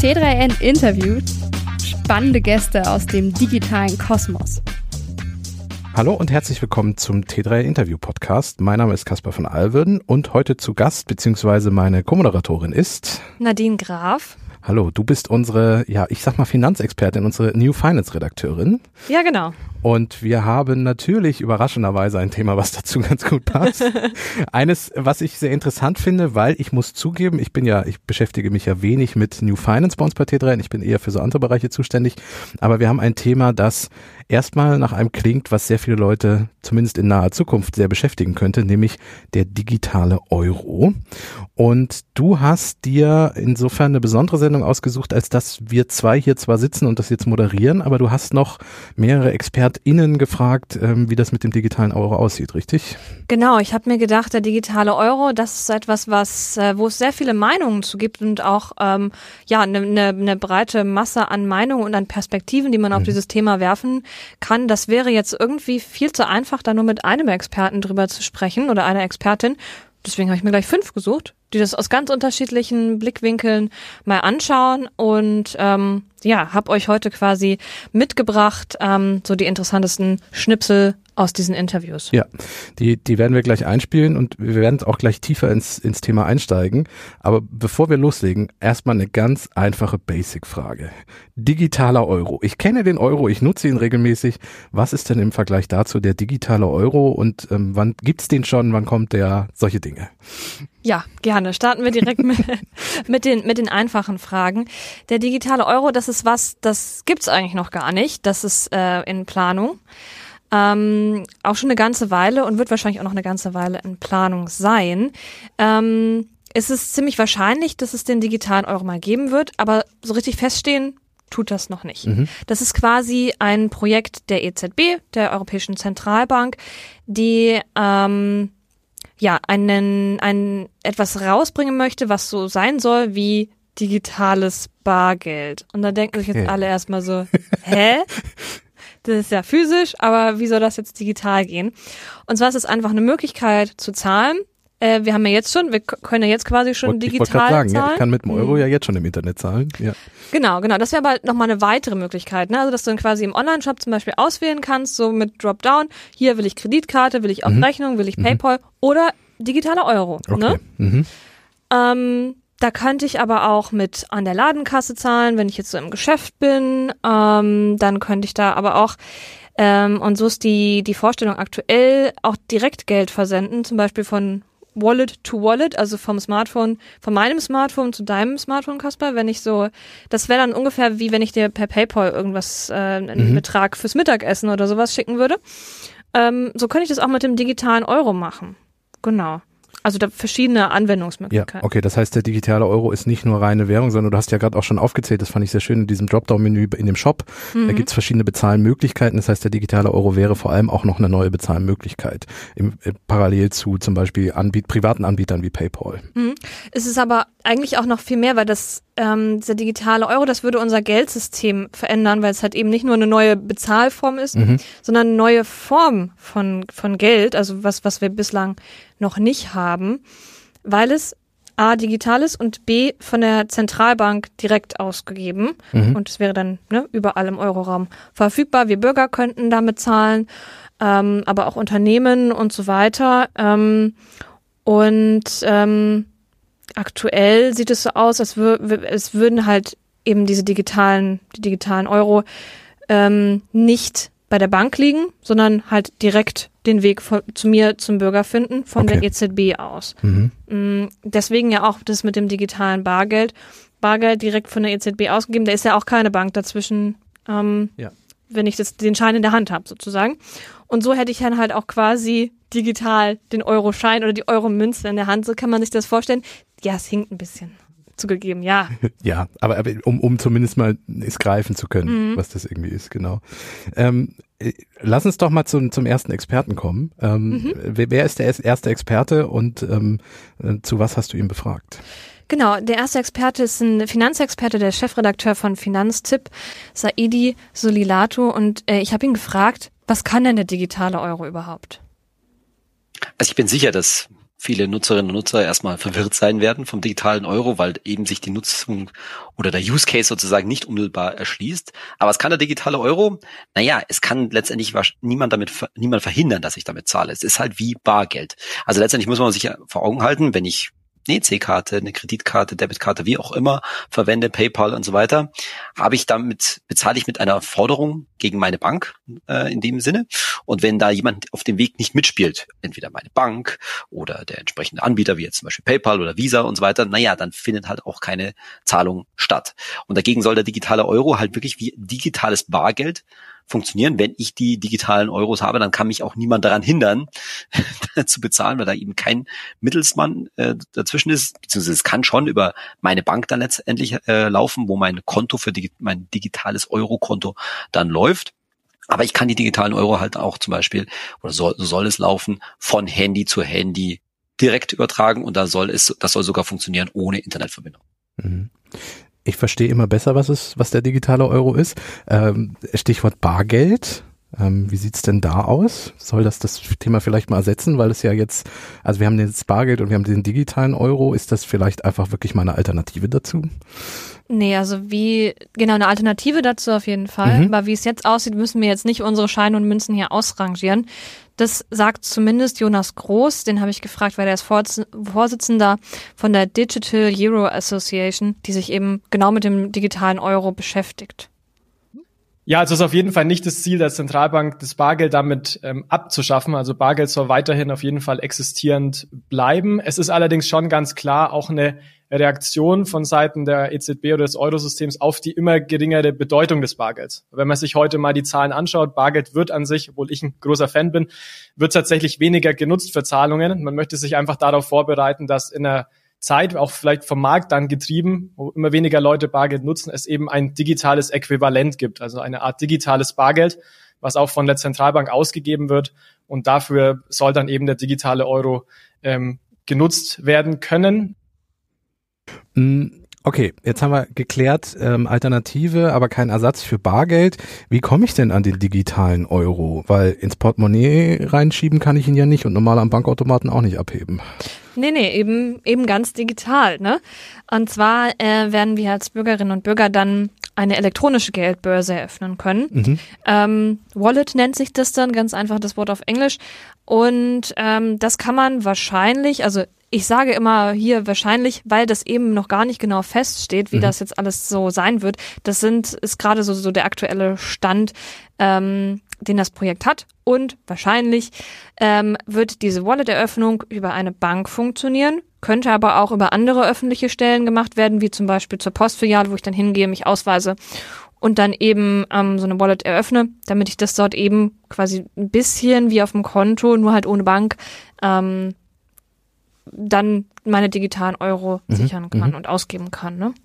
T3N interviewt spannende Gäste aus dem digitalen Kosmos. Hallo und herzlich willkommen zum T3N Interview Podcast. Mein Name ist Caspar von Alverden und heute zu Gast bzw. meine Co-Moderatorin ist Nadine Graf. Hallo, du bist unsere, Finanzexpertin, unsere New Finance Redakteurin. Ja, genau. Und wir haben natürlich überraschenderweise ein Thema, was dazu ganz gut passt. Eines, was ich sehr interessant finde, weil ich muss zugeben, ich beschäftige mich ja wenig mit New Finance bei uns bei T3N. Ich bin eher für so andere Bereiche zuständig. Aber wir haben ein Thema, das erstmal nach einem klingt, was sehr viele Leute zumindest in naher Zukunft sehr beschäftigen könnte, nämlich der digitale Euro. Und du hast dir insofern eine besondere Sendung ausgesucht, als dass wir zwei hier zwar sitzen und das jetzt moderieren, aber du hast noch mehrere ExpertInnen gefragt, wie das mit dem digitalen Euro aussieht, richtig? Genau, ich habe mir gedacht, der digitale Euro, das ist etwas, wo es sehr viele Meinungen zu gibt und auch eine breite Masse an Meinungen und an Perspektiven, die man auf dieses Thema werfen kann. Das wäre jetzt irgendwie viel zu einfach, da nur mit einem Experten drüber zu sprechen oder einer Expertin. Deswegen habe ich mir gleich 5 gesucht, die das aus ganz unterschiedlichen Blickwinkeln mal anschauen und habe euch heute quasi mitgebracht, so die interessantesten Schnipsel aus diesen Interviews. Ja, die werden wir gleich einspielen und wir werden auch gleich tiefer ins Thema einsteigen. Aber bevor wir loslegen, erstmal eine ganz einfache Basic-Frage. Digitaler Euro. Ich kenne den Euro, ich nutze ihn regelmäßig. Was ist denn im Vergleich dazu der digitale Euro und wann gibt's den schon, wann kommt der? Solche Dinge. Ja, gerne. Starten wir direkt mit den einfachen Fragen. Der digitale Euro, das ist was, das gibt's eigentlich noch gar nicht. Das ist in Planung. Auch schon eine ganze Weile und wird wahrscheinlich auch noch eine ganze Weile in Planung sein. Es ist ziemlich wahrscheinlich, dass es den digitalen Euro mal geben wird, aber so richtig feststehen tut das noch nicht. Das ist quasi ein Projekt der EZB, der Europäischen Zentralbank, die etwas rausbringen möchte, was so sein soll wie digitales Bargeld. Und da denken sich jetzt alle erstmal so, hä? Das ist ja physisch, aber wie soll das jetzt digital gehen? Und zwar ist es einfach eine Möglichkeit zu zahlen. Wir können ja jetzt quasi schon digital zahlen. Ich wollte gerade sagen, ich kann mit dem Euro ja jetzt schon im Internet zahlen. Ja. Genau. Das wäre aber nochmal eine weitere Möglichkeit, ne? Also, dass du dann quasi im Online-Shop zum Beispiel auswählen kannst, so mit Dropdown. Hier will ich Kreditkarte, will ich auf Rechnung, will ich PayPal oder digitaler Euro. Okay. Ne? Da könnte ich aber auch mit an der Ladenkasse zahlen, wenn ich jetzt so im Geschäft bin. Dann könnte ich da aber auch, und so ist die Vorstellung aktuell, auch direkt Geld versenden, zum Beispiel von Wallet to Wallet, also von meinem Smartphone zu deinem Smartphone, Caspar, das wäre dann ungefähr wie wenn ich dir per PayPal irgendwas, einen Betrag fürs Mittagessen oder sowas schicken würde. So könnte ich das auch mit dem digitalen Euro machen. Genau. Also da verschiedene Anwendungsmöglichkeiten. Ja, okay, das heißt, der digitale Euro ist nicht nur reine Währung, sondern du hast ja gerade auch schon aufgezählt, das fand ich sehr schön in diesem Dropdown-Menü in dem Shop. Da gibt's verschiedene Bezahlmöglichkeiten. Das heißt, der digitale Euro wäre vor allem auch noch eine neue Bezahlmöglichkeit, parallel zu zum Beispiel privaten Anbietern wie PayPal. Es ist aber eigentlich auch noch viel mehr, weil dieser digitale Euro, das würde unser Geldsystem verändern, weil es halt eben nicht nur eine neue Bezahlform ist, sondern eine neue Form von Geld, also was wir bislang noch nicht haben, weil es A, digital ist und B, von der Zentralbank direkt ausgegeben. Und es wäre dann überall im Euroraum verfügbar. Wir Bürger könnten damit zahlen, aber auch Unternehmen und so weiter. Aktuell sieht es so aus, als würden halt eben die digitalen Euro nicht bei der Bank liegen, sondern halt direkt den Weg zu mir, zum Bürger finden, von der EZB aus. Deswegen ja auch das mit dem digitalen Bargeld direkt von der EZB ausgegeben, da ist ja auch keine Bank dazwischen, wenn ich den Schein in der Hand habe sozusagen. Und so hätte ich dann halt auch quasi digital den Euroschein oder die Euromünze in der Hand, so kann man sich das vorstellen. Ja, es hinkt ein bisschen. Zugegeben, ja. Ja, aber um zumindest mal es greifen zu können, was das irgendwie ist, genau. Lass uns doch mal zum ersten Experten kommen. Wer ist der erste Experte und zu was hast du ihn befragt? Genau, der erste Experte ist ein Finanzexperte, der Chefredakteur von Finanztipp, Saidi Solilato. Und ich habe ihn gefragt, was kann denn der digitale Euro überhaupt? Also ich bin sicher, dass viele Nutzerinnen und Nutzer erstmal verwirrt sein werden vom digitalen Euro, weil eben sich die Nutzung oder der Use Case sozusagen nicht unmittelbar erschließt. Aber was kann der digitale Euro? Naja, es kann letztendlich niemand verhindern, dass ich damit zahle. Es ist halt wie Bargeld. Also letztendlich muss man sich ja vor Augen halten, wenn ich eine EC-Karte, eine Kreditkarte, Debitkarte, wie auch immer verwende, PayPal und so weiter, bezahle ich mit einer Forderung gegen meine Bank in dem Sinne. Und wenn da jemand auf dem Weg nicht mitspielt, entweder meine Bank oder der entsprechende Anbieter, wie jetzt zum Beispiel PayPal oder Visa und so weiter, naja, dann findet halt auch keine Zahlung statt. Und dagegen soll der digitale Euro halt wirklich wie digitales Bargeld funktionieren. Wenn ich die digitalen Euros habe, dann kann mich auch niemand daran hindern, zu bezahlen, weil da eben kein Mittelsmann dazwischen ist, beziehungsweise es kann schon über meine Bank dann letztendlich laufen, wo mein Konto mein digitales Euro-Konto dann läuft. Aber ich kann die digitalen Euro halt auch zum Beispiel, oder soll es laufen, von Handy zu Handy direkt übertragen und das soll sogar funktionieren ohne Internetverbindung. Mhm. Ich verstehe immer besser, was der digitale Euro ist. Stichwort Bargeld. Wie sieht's denn da aus? Soll das Thema vielleicht mal ersetzen? Weil es ja jetzt, also wir haben jetzt Bargeld und wir haben den digitalen Euro. Ist das vielleicht einfach wirklich mal eine Alternative dazu? Nee, also eine Alternative dazu auf jeden Fall. Aber wie es jetzt aussieht, müssen wir jetzt nicht unsere Scheine und Münzen hier ausrangieren. Das sagt zumindest Jonas Groß, den habe ich gefragt, weil er ist Vorsitzender von der Digital Euro Association, die sich eben genau mit dem digitalen Euro beschäftigt. Ja, also es ist auf jeden Fall nicht das Ziel der Zentralbank, das Bargeld damit abzuschaffen. Also Bargeld soll weiterhin auf jeden Fall existierend bleiben. Es ist allerdings schon ganz klar auch eine Reaktion von Seiten der EZB oder des Eurosystems auf die immer geringere Bedeutung des Bargelds. Wenn man sich heute mal die Zahlen anschaut, Bargeld wird an sich, obwohl ich ein großer Fan bin, wird tatsächlich weniger genutzt für Zahlungen. Man möchte sich einfach darauf vorbereiten, dass in einer Zeit, auch vielleicht vom Markt dann getrieben, wo immer weniger Leute Bargeld nutzen, es eben ein digitales Äquivalent gibt, also eine Art digitales Bargeld, was auch von der Zentralbank ausgegeben wird und dafür soll dann eben der digitale Euro genutzt werden können. Okay, jetzt haben wir geklärt, Alternative, aber kein Ersatz für Bargeld. Wie komme ich denn an den digitalen Euro? Weil ins Portemonnaie reinschieben kann ich ihn ja nicht und normal am Bankautomaten auch nicht abheben. Nee, eben ganz digital, ne? Und zwar werden wir als Bürgerinnen und Bürger dann eine elektronische Geldbörse eröffnen können. Wallet nennt sich das dann, ganz einfach das Wort auf Englisch. Und das kann man wahrscheinlich, also ich sage immer hier wahrscheinlich, weil das eben noch gar nicht genau feststeht, wie das jetzt alles so sein wird. Ist gerade so der aktuelle Stand, den das Projekt hat. Und wahrscheinlich wird diese Wallet-Eröffnung über eine Bank funktionieren, könnte aber auch über andere öffentliche Stellen gemacht werden, wie zum Beispiel zur Postfiliale, wo ich dann hingehe, mich ausweise und dann eben so eine Wallet eröffne, damit ich das dort eben quasi ein bisschen wie auf dem Konto, nur halt ohne Bank, dann meine digitalen Euro sichern kann und ausgeben kann. Ne?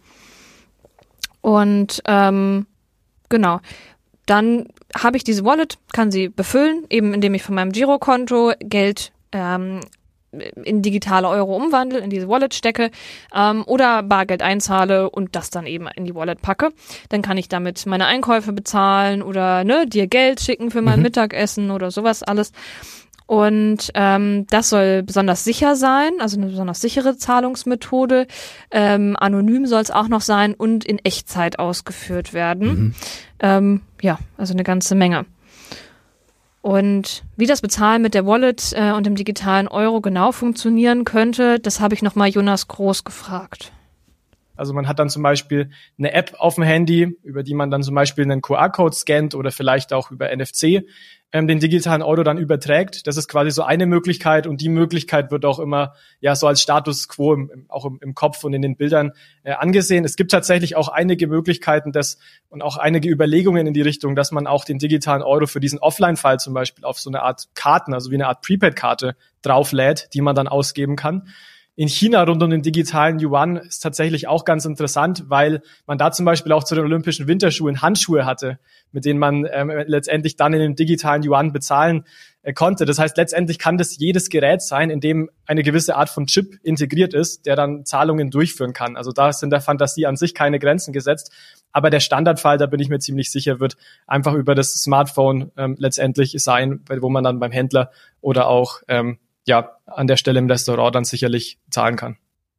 Und genau, dann habe ich diese Wallet, kann sie befüllen, eben indem ich von meinem Girokonto Geld in digitale Euro umwandle, in diese Wallet stecke oder Bargeld einzahle und das dann eben in die Wallet packe. Dann kann ich damit meine Einkäufe bezahlen oder dir Geld schicken für mein Mittagessen oder sowas alles. Und das soll besonders sicher sein, also eine besonders sichere Zahlungsmethode. Anonym soll es auch noch sein und in Echtzeit ausgeführt werden. Also eine ganze Menge. Und wie das Bezahlen mit der Wallet und dem digitalen Euro genau funktionieren könnte, das habe ich nochmal Jonas Groß gefragt. Also man hat dann zum Beispiel eine App auf dem Handy, über die man dann zum Beispiel einen QR-Code scannt oder vielleicht auch über NFC den digitalen Euro dann überträgt. Das ist quasi so eine Möglichkeit und die Möglichkeit wird auch immer so als Status quo auch im Kopf und in den Bildern angesehen. Es gibt tatsächlich auch einige Möglichkeiten und auch einige Überlegungen in die Richtung, dass man auch den digitalen Euro für diesen Offline-Fall zum Beispiel auf so eine Art Karten, also wie eine Art Prepaid-Karte drauflädt, die man dann ausgeben kann. In China rund um den digitalen Yuan ist tatsächlich auch ganz interessant, weil man da zum Beispiel auch zu den Olympischen Winterschuhen Handschuhe hatte, mit denen man letztendlich dann in den digitalen Yuan bezahlen konnte. Das heißt, letztendlich kann das jedes Gerät sein, in dem eine gewisse Art von Chip integriert ist, der dann Zahlungen durchführen kann. Also da sind der Fantasie an sich keine Grenzen gesetzt. Aber der Standardfall, da bin ich mir ziemlich sicher, wird einfach über das Smartphone letztendlich sein, wo man dann beim Händler oder auch an der Stelle im Restaurant dann sicherlich zahlen kann.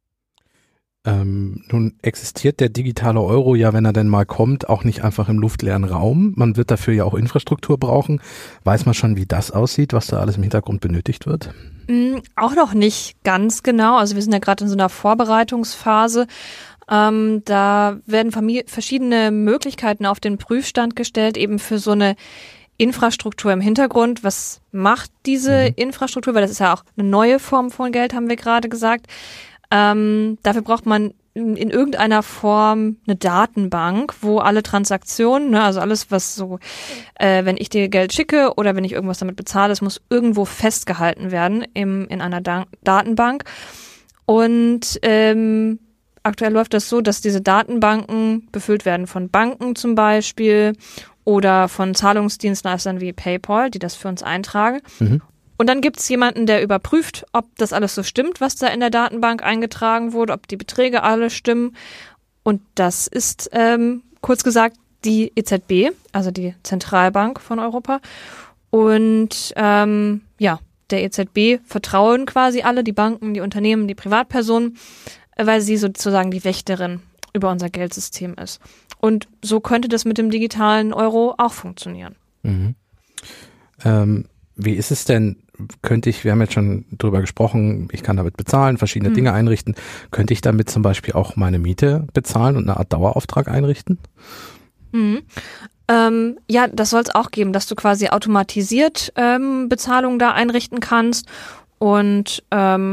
Nun existiert der digitale Euro ja, wenn er denn mal kommt, auch nicht einfach im luftleeren Raum. Man wird dafür ja auch Infrastruktur brauchen. Weiß man schon, wie das aussieht, was da alles im Hintergrund benötigt wird? Auch noch nicht ganz genau. Also wir sind ja gerade in so einer Vorbereitungsphase. Da werden verschiedene Möglichkeiten auf den Prüfstand gestellt, eben für so eine Infrastruktur im Hintergrund. Was macht diese Infrastruktur? Weil das ist ja auch eine neue Form von Geld, haben wir gerade gesagt. Dafür braucht man in irgendeiner Form eine Datenbank, wo alle Transaktionen, ne, also alles, was so, wenn ich dir Geld schicke oder wenn ich irgendwas damit bezahle, es muss irgendwo festgehalten werden in einer Datenbank. Und aktuell läuft das so, dass diese Datenbanken befüllt werden von Banken zum Beispiel oder von Zahlungsdienstleistern wie PayPal, die das für uns eintragen. Und dann gibt es jemanden, der überprüft, ob das alles so stimmt, was da in der Datenbank eingetragen wurde, ob die Beträge alle stimmen. Und das ist, kurz gesagt, die EZB, also die Zentralbank von Europa. Und der EZB vertrauen quasi alle, die Banken, die Unternehmen, die Privatpersonen, weil sie sozusagen die Wächterin über unser Geldsystem ist. Und so könnte das mit dem digitalen Euro auch funktionieren. Wie ist es denn, wir haben jetzt schon drüber gesprochen, ich kann damit bezahlen, verschiedene Dinge einrichten. Könnte ich damit zum Beispiel auch meine Miete bezahlen und eine Art Dauerauftrag einrichten? Das soll es auch geben, dass du quasi automatisiert Bezahlungen da einrichten kannst. Und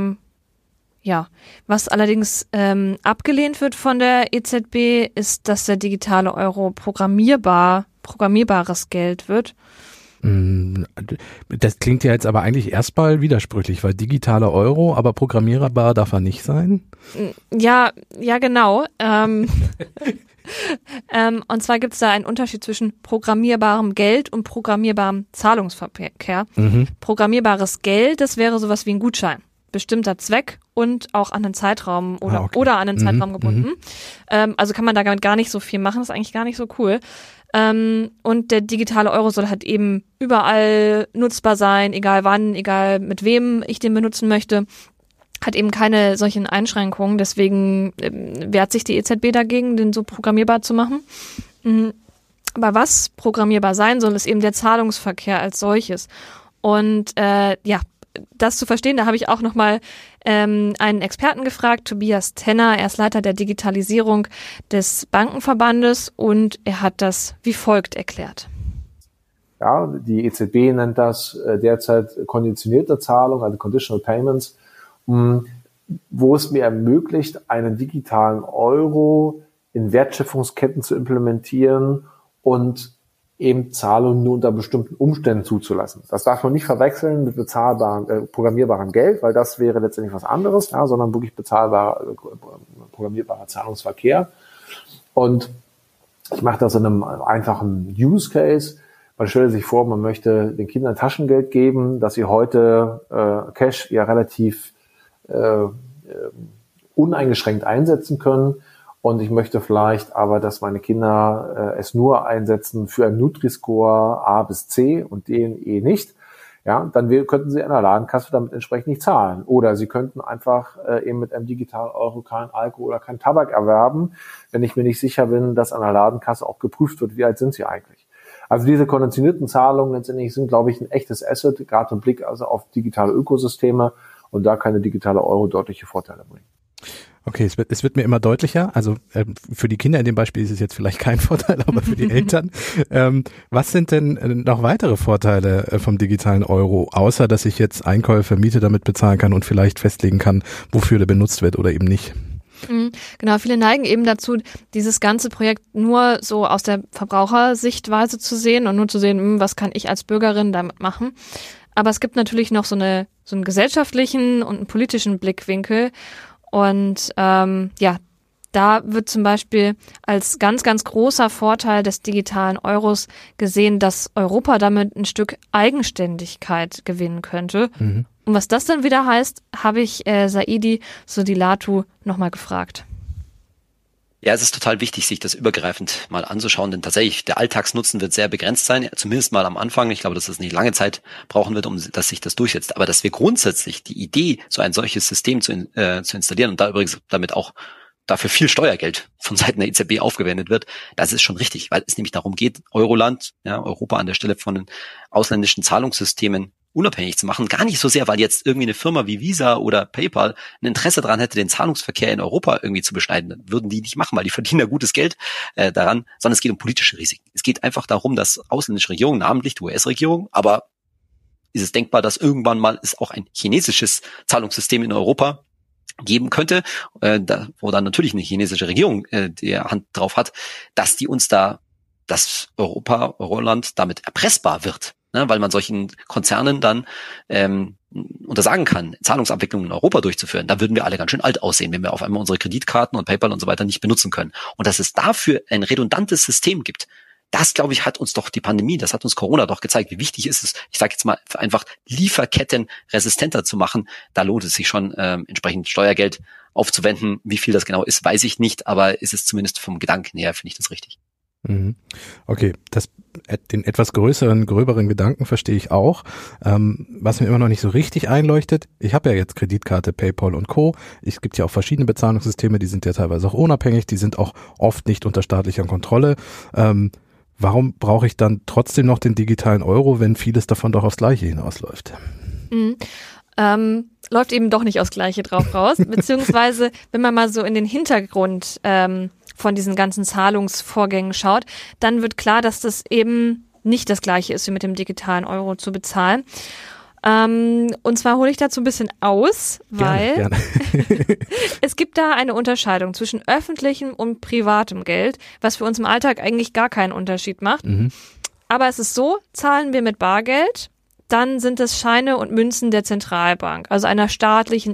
was allerdings abgelehnt wird von der EZB, ist, dass der digitale Euro programmierbares Geld wird. Das klingt ja jetzt aber eigentlich erstmal widersprüchlich, weil digitaler Euro, aber programmierbar darf er nicht sein? Ja, genau. Und zwar gibt es da einen Unterschied zwischen programmierbarem Geld und programmierbarem Zahlungsverkehr. Programmierbares Geld, das wäre sowas wie ein Gutschein. Bestimmter Zweck und auch an einen Zeitraum oder an einen Zeitraum gebunden. Also kann man da gar nicht so viel machen, ist eigentlich gar nicht so cool. Und der digitale Euro soll halt eben überall nutzbar sein, egal wann, egal mit wem ich den benutzen möchte. Hat eben keine solchen Einschränkungen, deswegen wehrt sich die EZB dagegen, den so programmierbar zu machen. Aber was programmierbar sein soll, ist eben der Zahlungsverkehr als solches. Und das zu verstehen, da habe ich auch nochmal einen Experten gefragt, Tobias Tenner, er ist Leiter der Digitalisierung des Bankenverbandes und er hat das wie folgt erklärt. Ja, die EZB nennt das derzeit konditionierte Zahlung, also Conditional Payments, wo es mir ermöglicht, einen digitalen Euro in Wertschöpfungsketten zu implementieren und eben Zahlungen nur unter bestimmten Umständen zuzulassen. Das darf man nicht verwechseln mit programmierbarem Geld, weil das wäre letztendlich was anderes, sondern wirklich programmierbarer Zahlungsverkehr. Und ich mache das in einem einfachen Use Case. Man stelle sich vor, man möchte den Kindern Taschengeld geben, dass sie heute Cash ja relativ uneingeschränkt einsetzen können. Und ich möchte vielleicht aber, dass meine Kinder es nur einsetzen für einen Nutri-Score A bis C und den E nicht. Ja, dann könnten sie an der Ladenkasse damit entsprechend nicht zahlen. Oder sie könnten einfach eben mit einem digitalen Euro keinen Alkohol oder keinen Tabak erwerben, wenn ich mir nicht sicher bin, dass an der Ladenkasse auch geprüft wird, wie alt sind sie eigentlich. Also diese konditionierten Zahlungen letztendlich sind, glaube ich, ein echtes Asset, gerade im Blick also auf digitale Ökosysteme und da kann der digitale Euro deutliche Vorteile bringen. Okay, es wird mir immer deutlicher. Also für die Kinder in dem Beispiel ist es jetzt vielleicht kein Vorteil, aber für die Eltern. Was sind denn noch weitere Vorteile vom digitalen Euro, außer dass ich jetzt Einkäufe, Miete damit bezahlen kann und vielleicht festlegen kann, wofür der benutzt wird oder eben nicht? Genau, viele neigen eben dazu, dieses ganze Projekt nur so aus der Verbrauchersichtweise zu sehen und nur zu sehen, was kann ich als Bürgerin damit machen. Aber es gibt natürlich noch so einen gesellschaftlichen und einen politischen Blickwinkel. Und da wird zum Beispiel als ganz, ganz großer Vorteil des digitalen Euros gesehen, dass Europa damit ein Stück Eigenständigkeit gewinnen könnte. Und was das dann wieder heißt, habe ich Saidi Sodilatu nochmal gefragt. Ja, es ist total wichtig, sich das übergreifend mal anzuschauen, denn tatsächlich der Alltagsnutzen wird sehr begrenzt sein, zumindest mal am Anfang. Ich glaube, dass es nicht lange Zeit brauchen wird, dass sich das durchsetzt. Aber dass wir grundsätzlich die Idee, so ein solches System zu installieren und da übrigens damit auch dafür viel Steuergeld von Seiten der EZB aufgewendet wird, das ist schon richtig, weil es nämlich darum geht, Euroland, ja, Europa an der Stelle von den ausländischen Zahlungssystemen unabhängig zu machen. Gar nicht so sehr, weil jetzt irgendwie eine Firma wie Visa oder PayPal ein Interesse daran hätte, den Zahlungsverkehr in Europa irgendwie zu beschneiden. Würden die nicht machen, weil die verdienen ja gutes Geld daran, sondern es geht um politische Risiken. Es geht einfach darum, dass ausländische Regierungen, namentlich die US-Regierung, aber ist es denkbar, dass irgendwann mal es auch ein chinesisches Zahlungssystem in Europa geben könnte, wo dann natürlich eine chinesische Regierung die Hand drauf hat, dass die uns da, dass Euroland damit erpressbar wird. Ne, weil man solchen Konzernen dann untersagen kann, Zahlungsabwicklungen in Europa durchzuführen. Da würden wir alle ganz schön alt aussehen, wenn wir auf einmal unsere Kreditkarten und PayPal und so weiter nicht benutzen können. Und dass es dafür ein redundantes System gibt, das, glaube ich, hat uns doch die Pandemie, das hat uns Corona doch gezeigt, wie wichtig ist es, ich sage jetzt mal, einfach Lieferketten resistenter zu machen. Da lohnt es sich schon, entsprechend Steuergeld aufzuwenden. Wie viel das genau ist, weiß ich nicht, aber ist es zumindest vom Gedanken her, finde ich das richtig. Okay, den etwas gröberen Gedanken verstehe ich auch. Was mir immer noch nicht so richtig einleuchtet, ich habe ja jetzt Kreditkarte, PayPal und Co. Es gibt ja auch verschiedene Bezahlungssysteme, die sind ja teilweise auch unabhängig, die sind auch oft nicht unter staatlicher Kontrolle. Warum brauche ich dann trotzdem noch den digitalen Euro, wenn vieles davon doch aufs Gleiche hinausläuft? Läuft eben doch nicht aufs Gleiche drauf raus, beziehungsweise wenn man mal so in den Hintergrund von diesen ganzen Zahlungsvorgängen schaut, dann wird klar, dass das eben nicht das Gleiche ist, wie mit dem digitalen Euro zu bezahlen. Und zwar hole ich dazu ein bisschen aus, weil Gerne. es gibt da eine Unterscheidung zwischen öffentlichem und privatem Geld, was für uns im Alltag eigentlich gar keinen Unterschied macht. Aber es ist so, zahlen wir mit Bargeld, dann sind es Scheine und Münzen der Zentralbank, also einer staatlichen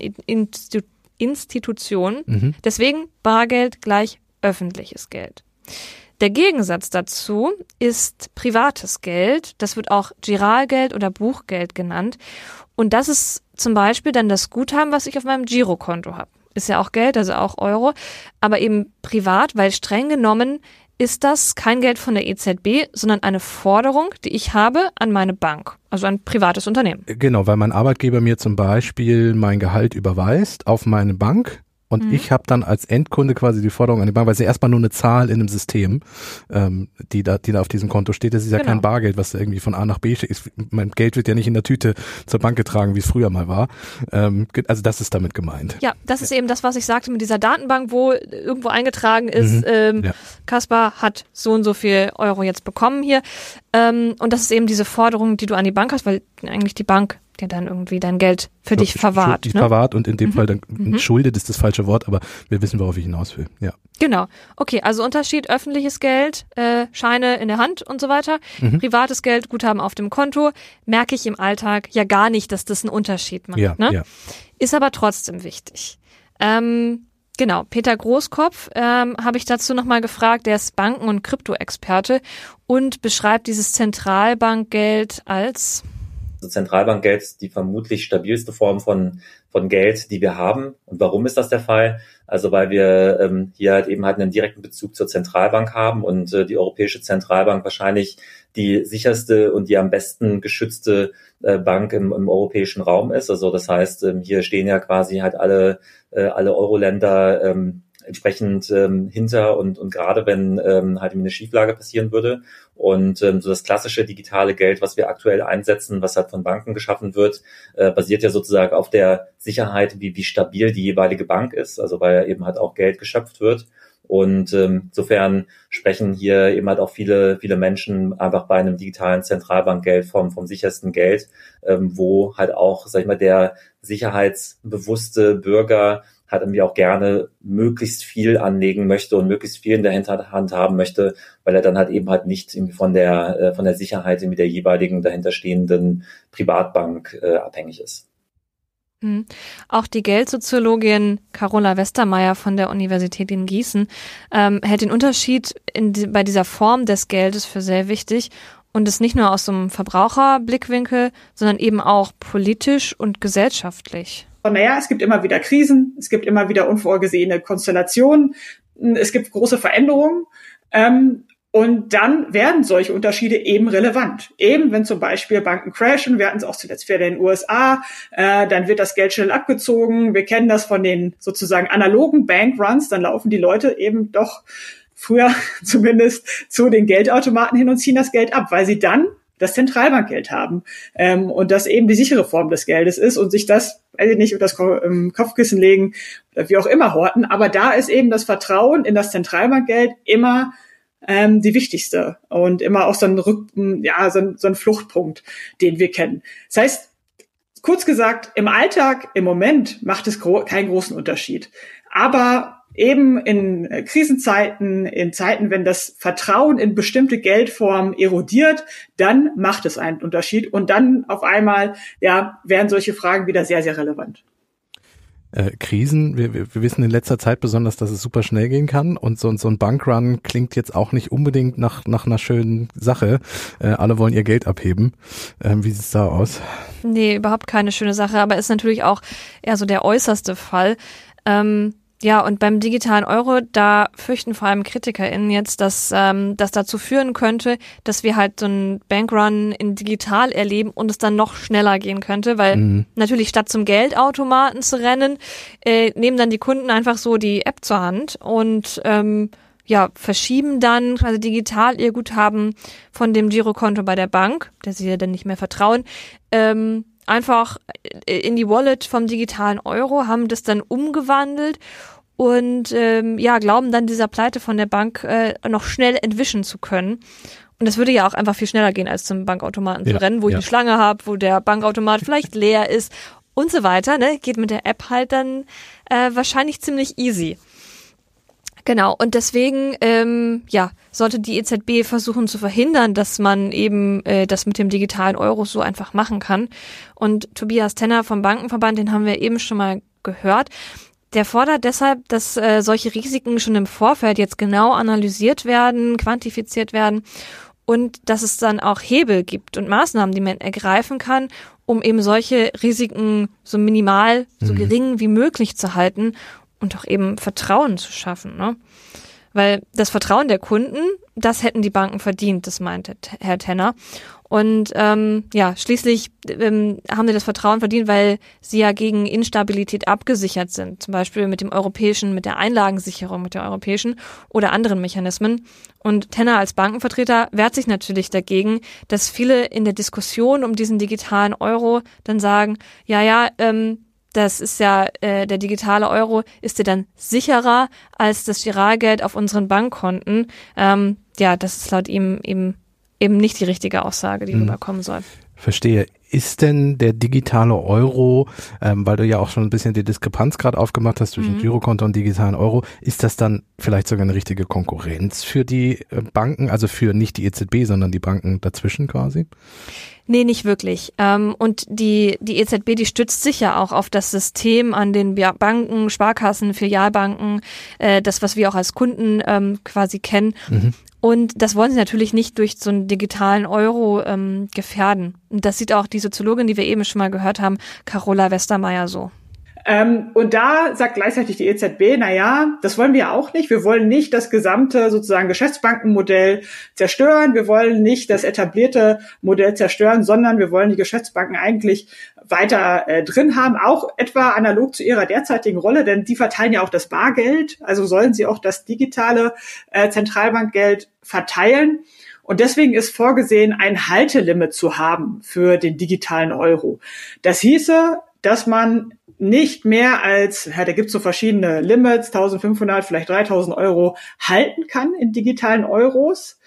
Institution. Deswegen Bargeld gleich öffentliches Geld. Der Gegensatz dazu ist privates Geld. Das wird auch Giralgeld oder Buchgeld genannt. Und das ist zum Beispiel dann das Guthaben, was ich auf meinem Girokonto habe. Ist ja auch Geld, also auch Euro, aber eben privat, weil streng genommen ist das kein Geld von der EZB, sondern eine Forderung, die ich habe an meine Bank, also ein privates Unternehmen. Genau, weil mein Arbeitgeber mir zum Beispiel mein Gehalt überweist auf meine Bank. Und ich habe dann als Endkunde quasi die Forderung an die Bank, weil es ja erstmal nur eine Zahl in einem System, die da auf diesem Konto steht. Das ist ja kein Bargeld, was irgendwie von A nach B ist. Mein Geld wird ja nicht in der Tüte zur Bank getragen, wie es früher mal war. Also das ist damit gemeint. Ja, das ist eben das, was ich sagte mit dieser Datenbank, wo irgendwo eingetragen ist, Kaspar hat so und so viel Euro jetzt bekommen hier. Und das ist eben diese Forderung, die du an die Bank hast, weil eigentlich die Bank der dann irgendwie dein Geld für dich verwahrt. Verwahrt und in dem Fall dann schuldet ist das falsche Wort, aber wir wissen, worauf ich hinaus will. Ja. Genau. Okay, also Unterschied, öffentliches Geld, Scheine in der Hand und so weiter. Privates Geld, Guthaben auf dem Konto, merke ich im Alltag ja gar nicht, dass das einen Unterschied macht. Ja, ne? ja. Ist aber trotzdem wichtig. Genau, Peter Großkopf habe ich dazu nochmal gefragt, der ist Banken- und Krypto-Experte und beschreibt dieses Zentralbankgeld als Zentralbankgeld ist die vermutlich stabilste Form von Geld, die wir haben. Und warum ist das der Fall? Also weil wir hier halt eben einen direkten Bezug zur Zentralbank haben und die Europäische Zentralbank wahrscheinlich die sicherste und die am besten geschützte Bank im europäischen Raum ist. Also das heißt, hier stehen ja quasi halt alle Euro-Länder entsprechend hinter und gerade wenn halt eine Schieflage passieren würde. Und so das klassische digitale Geld, was wir aktuell einsetzen, was halt von Banken geschaffen wird, basiert ja sozusagen auf der Sicherheit, wie stabil die jeweilige Bank ist, also weil ja eben halt auch Geld geschöpft wird. Und insofern sprechen hier eben halt auch viele Menschen einfach bei einem digitalen Zentralbankgeld vom sichersten Geld, wo halt auch, sag ich mal, der sicherheitsbewusste Bürger halt irgendwie auch gerne möglichst viel anlegen möchte und möglichst viel in der Hinterhand haben möchte, weil er dann halt eben halt nicht irgendwie von der Sicherheit irgendwie der jeweiligen dahinterstehenden Privatbank abhängig ist. Auch die Geldsoziologin Carola Westermeier von der Universität in Gießen hält den Unterschied bei dieser Form des Geldes für sehr wichtig und ist nicht nur aus so einem Verbraucherblickwinkel, sondern eben auch politisch und gesellschaftlich. Naja, es gibt immer wieder Krisen, es gibt immer wieder unvorgesehene Konstellationen es gibt große Veränderungen. Und dann werden solche Unterschiede eben relevant. Eben wenn zum Beispiel Banken crashen, wir hatten es auch zuletzt wieder in den USA, dann wird das Geld schnell abgezogen. Wir kennen das von den sozusagen analogen Bankruns, dann laufen die Leute eben doch früher zumindest zu den Geldautomaten hin und ziehen das Geld ab, weil sie dann das Zentralbankgeld haben und das eben die sichere Form des Geldes ist und sich das, weiß ich nicht, unter das Kopfkissen legen oder wie auch immer horten. Aber da ist eben das Vertrauen in das Zentralbankgeld immer die wichtigste und immer auch so ein Fluchtpunkt, den wir kennen. Das heißt, kurz gesagt, im Alltag, im Moment macht es keinen großen Unterschied. Aber eben in Krisenzeiten, in Zeiten, wenn das Vertrauen in bestimmte Geldformen erodiert, dann macht es einen Unterschied. Und dann auf einmal, werden solche Fragen wieder sehr, sehr relevant. Krisen, wir wissen in letzter Zeit besonders, dass es super schnell gehen kann und so ein Bankrun klingt jetzt auch nicht unbedingt nach einer schönen Sache. Alle wollen ihr Geld abheben. Wie sieht's da aus? Nee, überhaupt keine schöne Sache, aber ist natürlich auch eher so der äußerste Fall. Und beim digitalen Euro, da fürchten vor allem KritikerInnen jetzt, dass das dazu führen könnte, dass wir halt so einen Bankrun in digital erleben und es dann noch schneller gehen könnte, weil natürlich statt zum Geldautomaten zu rennen, nehmen dann die Kunden einfach so die App zur Hand und verschieben dann quasi digital ihr Guthaben von dem Girokonto bei der Bank, der sie ja dann nicht mehr vertrauen, einfach in die Wallet vom digitalen Euro, haben das dann umgewandelt und glauben dann dieser Pleite von der Bank noch schnell entwischen zu können. Und das würde ja auch einfach viel schneller gehen, als zum Bankautomaten zu rennen, wo ich eine Schlange habe, wo der Bankautomat vielleicht leer ist und so weiter. Ne? Geht mit der App halt dann wahrscheinlich ziemlich easy. Genau, und deswegen sollte die EZB versuchen zu verhindern, dass man eben das mit dem digitalen Euro so einfach machen kann. Und Tobias Tenner vom Bankenverband, den haben wir eben schon mal gehört, der fordert deshalb, dass solche Risiken schon im Vorfeld jetzt genau analysiert werden, quantifiziert werden und dass es dann auch Hebel gibt und Maßnahmen, die man ergreifen kann, um eben solche Risiken so minimal, so gering wie möglich zu halten und auch eben Vertrauen zu schaffen, ne? Weil das Vertrauen der Kunden, das hätten die Banken verdient, das meinte Herr Tenner. Und schließlich haben sie das Vertrauen verdient, weil sie ja gegen Instabilität abgesichert sind. Zum Beispiel mit der Einlagensicherung, mit der europäischen oder anderen Mechanismen. Und Tenner als Bankenvertreter wehrt sich natürlich dagegen, dass viele in der Diskussion um diesen digitalen Euro dann sagen, das ist ja, der digitale Euro ist ja dann sicherer als das Giralgeld auf unseren Bankkonten. Das ist laut ihm eben nicht die richtige Aussage, die rüberkommen soll. Verstehe. Ist denn der digitale Euro, weil du ja auch schon ein bisschen die Diskrepanz gerade aufgemacht hast zwischen Girokonto und digitalen Euro, ist das dann vielleicht sogar eine richtige Konkurrenz für die Banken, also für nicht die EZB, sondern die Banken dazwischen quasi? Nee, nicht wirklich. Und die EZB, die stützt sich ja auch auf das System an den Banken, Sparkassen, Filialbanken, das, was wir auch als Kunden quasi kennen. Und das wollen sie natürlich nicht durch so einen digitalen Euro gefährden. Und das sieht auch die Soziologin, die wir eben schon mal gehört haben, Carola Westermeier, so. Und da sagt gleichzeitig die EZB, das wollen wir auch nicht. Wir wollen nicht das gesamte sozusagen Geschäftsbankenmodell zerstören. Wir wollen nicht das etablierte Modell zerstören, sondern wir wollen die Geschäftsbanken eigentlich weiter drin haben, auch etwa analog zu ihrer derzeitigen Rolle, denn die verteilen ja auch das Bargeld. Also sollen sie auch das digitale Zentralbankgeld verteilen. Und deswegen ist vorgesehen, ein Haltelimit zu haben für den digitalen Euro. Das hieße, dass man nicht mehr als, da gibt's so verschiedene Limits, 1.500, vielleicht 3.000 Euro halten kann in digitalen Euros,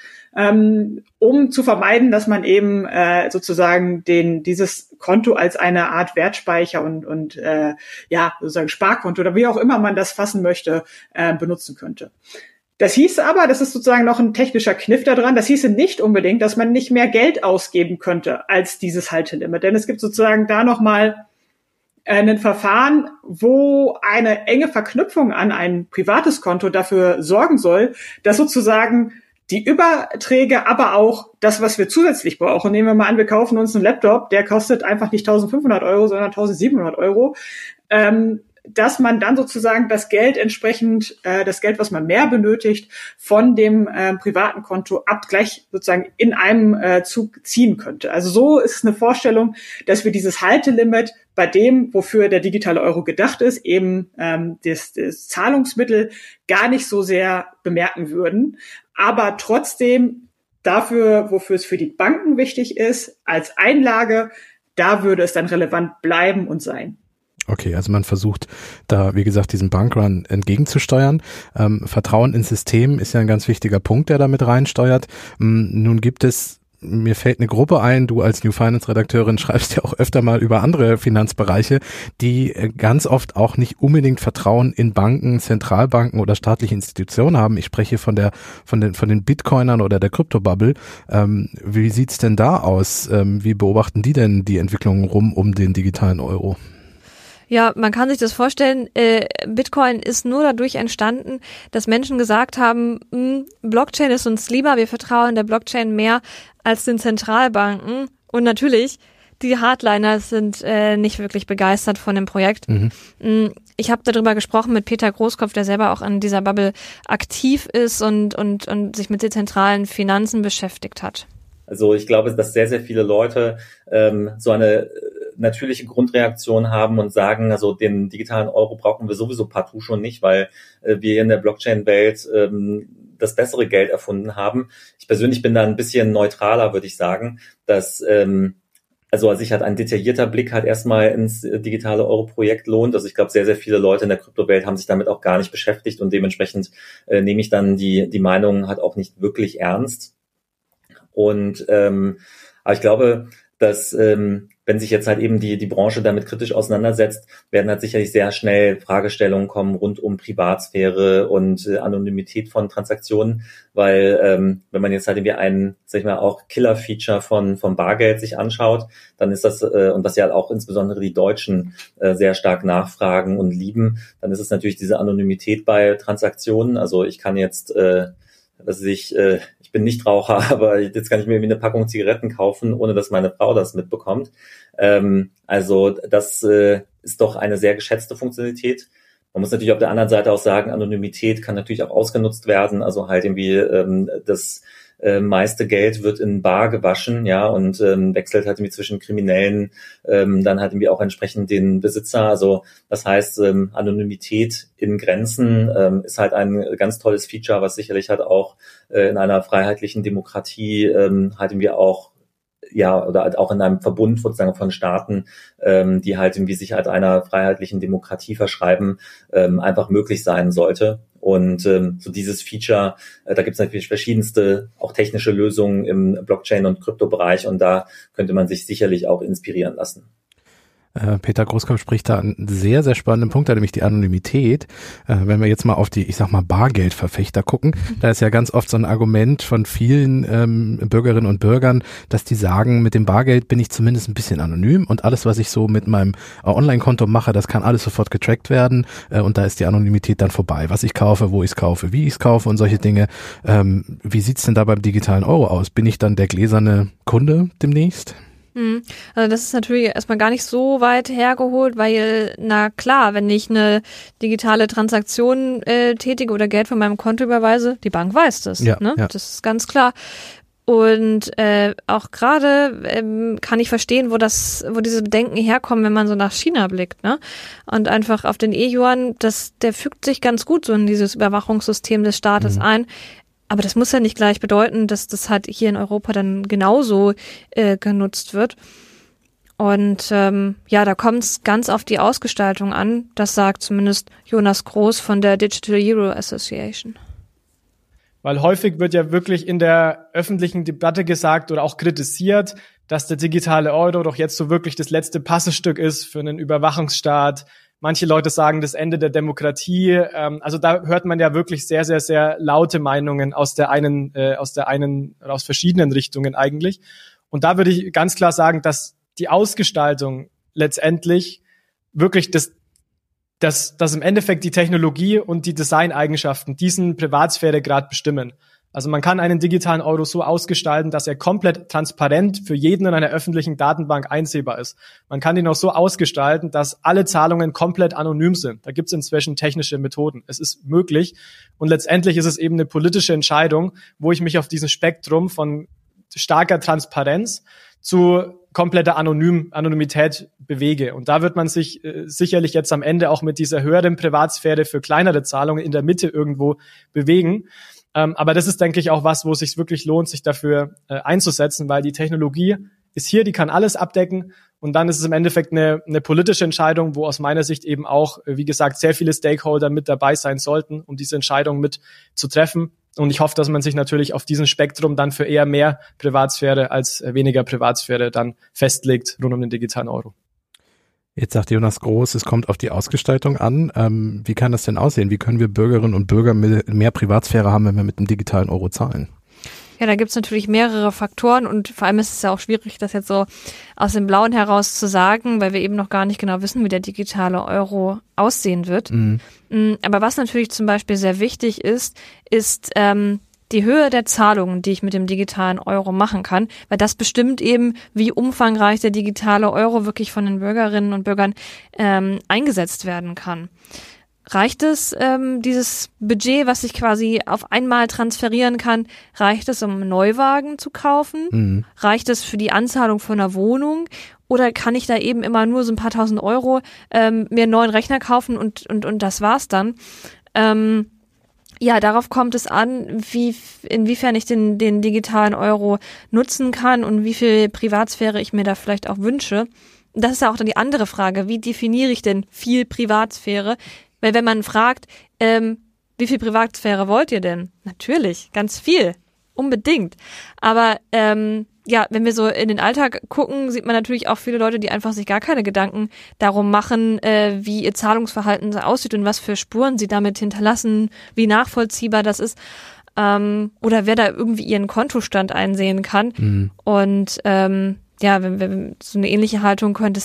um zu vermeiden, dass man eben sozusagen dieses Konto als eine Art Wertspeicher und sozusagen Sparkonto oder wie auch immer man das fassen möchte, benutzen könnte. Das hieße aber, das ist sozusagen noch ein technischer Kniff daran, das hieße nicht unbedingt, dass man nicht mehr Geld ausgeben könnte als dieses Haltelimit. Denn es gibt sozusagen da nochmal ein Verfahren, wo eine enge Verknüpfung an ein privates Konto dafür sorgen soll, dass sozusagen die Überträge, aber auch das, was wir zusätzlich brauchen. Nehmen wir mal an, wir kaufen uns einen Laptop, der kostet einfach nicht 1.500 Euro, sondern 1.700 Euro. dass man dann sozusagen das Geld entsprechend, das Geld, was man mehr benötigt, von dem privaten Konto gleich sozusagen in einem Zug ziehen könnte. Also so ist es eine Vorstellung, dass wir dieses Haltelimit bei dem, wofür der digitale Euro gedacht ist, eben das Zahlungsmittel gar nicht so sehr bemerken würden, aber trotzdem dafür, wofür es für die Banken wichtig ist, als Einlage, da würde es dann relevant bleiben und sein. Okay, also man versucht da, wie gesagt, diesem Bankrun entgegenzusteuern. Vertrauen ins System ist ja ein ganz wichtiger Punkt, der da mit reinsteuert. Nun gibt es, mir fällt eine Gruppe ein, du als New Finance Redakteurin schreibst ja auch öfter mal über andere Finanzbereiche, die ganz oft auch nicht unbedingt Vertrauen in Banken, Zentralbanken oder staatliche Institutionen haben. Ich spreche von den Bitcoinern oder der Kryptobubble. Wie sieht's denn da aus? Wie beobachten die denn die Entwicklungen rum um den digitalen Euro? Ja, man kann sich das vorstellen, Bitcoin ist nur dadurch entstanden, dass Menschen gesagt haben, Blockchain ist uns lieber, wir vertrauen der Blockchain mehr als den Zentralbanken. Und natürlich, die Hardliner sind nicht wirklich begeistert von dem Projekt. Ich habe darüber gesprochen mit Peter Großkopf, der selber auch an dieser Bubble aktiv ist und sich mit dezentralen Finanzen beschäftigt hat. Also ich glaube, dass sehr, sehr viele Leute so eine natürliche Grundreaktion haben und sagen, also den digitalen Euro brauchen wir sowieso partout schon nicht, weil wir in der Blockchain-Welt das bessere Geld erfunden haben. Ich persönlich bin da ein bisschen neutraler, würde ich sagen, dass also sich halt ein detaillierter Blick halt erstmal ins digitale Euro-Projekt lohnt. Also ich glaube, sehr, sehr viele Leute in der Kryptowelt haben sich damit auch gar nicht beschäftigt und dementsprechend nehme ich dann die Meinung halt auch nicht wirklich ernst. Und aber ich glaube, dass wenn sich jetzt halt eben die Branche damit kritisch auseinandersetzt, werden halt sicherlich sehr schnell Fragestellungen kommen rund um Privatsphäre und Anonymität von Transaktionen, weil wenn man jetzt halt irgendwie einen, sag ich mal, auch Killer-Feature von Bargeld sich anschaut, dann ist das, und was ja auch insbesondere die Deutschen sehr stark nachfragen und lieben, dann ist es natürlich diese Anonymität bei Transaktionen. Also ich kann jetzt ich bin Nichtraucher, aber jetzt kann ich mir irgendwie eine Packung Zigaretten kaufen, ohne dass meine Frau das mitbekommt. Also das ist doch eine sehr geschätzte Funktionalität. Man muss natürlich auf der anderen Seite auch sagen, Anonymität kann natürlich auch ausgenutzt werden. Also halt irgendwie das meiste Geld wird in bar gewaschen, ja, und wechselt halt irgendwie zwischen Kriminellen, dann halt irgendwie auch entsprechend den Besitzer. Also das heißt, Anonymität in Grenzen ist halt ein ganz tolles Feature, was sicherlich halt auch in einer freiheitlichen Demokratie halt irgendwie auch oder halt auch in einem Verbund sozusagen von Staaten, die halt irgendwie sich halt einer freiheitlichen Demokratie verschreiben, einfach möglich sein sollte. Und so dieses Feature, da gibt es natürlich verschiedenste auch technische Lösungen im Blockchain- und Kryptobereich und da könnte man sich sicherlich auch inspirieren lassen. Peter Großkopf spricht da einen sehr, sehr spannenden Punkt, nämlich die Anonymität. Wenn wir jetzt mal auf die, ich sag mal, Bargeldverfechter gucken, da ist ja ganz oft so ein Argument von vielen Bürgerinnen und Bürgern, dass die sagen, mit dem Bargeld bin ich zumindest ein bisschen anonym und alles, was ich so mit meinem Online-Konto mache, das kann alles sofort getrackt werden und da ist die Anonymität dann vorbei. Was ich kaufe, wo ich es kaufe, wie ich es kaufe und solche Dinge. Wie sieht's denn da beim digitalen Euro aus? Bin ich dann der gläserne Kunde demnächst? Also das ist natürlich erstmal gar nicht so weit hergeholt, weil, na klar, wenn ich eine digitale Transaktion tätige oder Geld von meinem Konto überweise, die Bank weiß das. Ja, ne? Ja. Das ist ganz klar. Und auch gerade kann ich verstehen, wo diese Bedenken herkommen, wenn man so nach China blickt, ne? Und einfach auf den E-Yuan, der fügt sich ganz gut so in dieses Überwachungssystem des Staates ein. Aber das muss ja nicht gleich bedeuten, dass das halt hier in Europa dann genauso genutzt wird. Und da kommt es ganz auf die Ausgestaltung an. Das sagt zumindest Jonas Groß von der Digital Euro Association. Weil häufig wird ja wirklich in der öffentlichen Debatte gesagt oder auch kritisiert, dass der digitale Euro doch jetzt so wirklich das letzte Puzzlestück ist für einen Überwachungsstaat. Manche Leute sagen das Ende der Demokratie. Also da hört man ja wirklich sehr, sehr, sehr laute Meinungen aus verschiedenen Richtungen eigentlich. Und da würde ich ganz klar sagen, dass die Ausgestaltung letztendlich wirklich dass im Endeffekt die Technologie und die Designeigenschaften diesen Privatsphäregrad bestimmen. Also man kann einen digitalen Euro so ausgestalten, dass er komplett transparent für jeden in einer öffentlichen Datenbank einsehbar ist. Man kann ihn auch so ausgestalten, dass alle Zahlungen komplett anonym sind. Da gibt es inzwischen technische Methoden. Es ist möglich und letztendlich ist es eben eine politische Entscheidung, wo ich mich auf diesem Spektrum von starker Transparenz zu kompletter Anonymität bewege. Und da wird man sich sicherlich jetzt am Ende auch mit dieser höheren Privatsphäre für kleinere Zahlungen in der Mitte irgendwo bewegen. Aber das ist, denke ich, auch was, wo es sich wirklich lohnt, sich dafür einzusetzen, weil die Technologie ist hier, die kann alles abdecken. Und dann ist es im Endeffekt eine politische Entscheidung, wo aus meiner Sicht eben auch, wie gesagt, sehr viele Stakeholder mit dabei sein sollten, um diese Entscheidung mit zu treffen. Und ich hoffe, dass man sich natürlich auf diesem Spektrum dann für eher mehr Privatsphäre als weniger Privatsphäre dann festlegt rund um den digitalen Euro. Jetzt sagt Jonas Groß, es kommt auf die Ausgestaltung an. Wie kann das denn aussehen? Wie können wir Bürgerinnen und Bürger mehr Privatsphäre haben, wenn wir mit dem digitalen Euro zahlen? Ja, da gibt's natürlich mehrere Faktoren und vor allem ist es ja auch schwierig, das jetzt so aus dem Blauen heraus zu sagen, weil wir eben noch gar nicht genau wissen, wie der digitale Euro aussehen wird. Mhm. Aber was natürlich zum Beispiel sehr wichtig ist die Höhe der Zahlungen, die ich mit dem digitalen Euro machen kann, weil das bestimmt eben, wie umfangreich der digitale Euro wirklich von den Bürgerinnen und Bürgern eingesetzt werden kann. Reicht es, dieses Budget, was ich quasi auf einmal transferieren kann, reicht es, um einen Neuwagen zu kaufen? Mhm. Reicht es für die Anzahlung von einer Wohnung? Oder kann ich da eben immer nur so ein paar tausend Euro mir einen neuen Rechner kaufen und das war's dann? Ja, darauf kommt es an, inwiefern ich den digitalen Euro nutzen kann und wie viel Privatsphäre ich mir da vielleicht auch wünsche. Das ist ja auch dann die andere Frage. Wie definiere ich denn viel Privatsphäre? Weil wenn man fragt, wie viel Privatsphäre wollt ihr denn? Natürlich, ganz viel. Unbedingt. Aber ja, wenn wir so in den Alltag gucken, sieht man natürlich auch viele Leute, die einfach sich gar keine Gedanken darum machen, wie ihr Zahlungsverhalten aussieht und was für Spuren sie damit hinterlassen, wie nachvollziehbar das ist. Oder wer da irgendwie ihren Kontostand einsehen kann. Mhm. Und ja, wenn so eine ähnliche Haltung könnte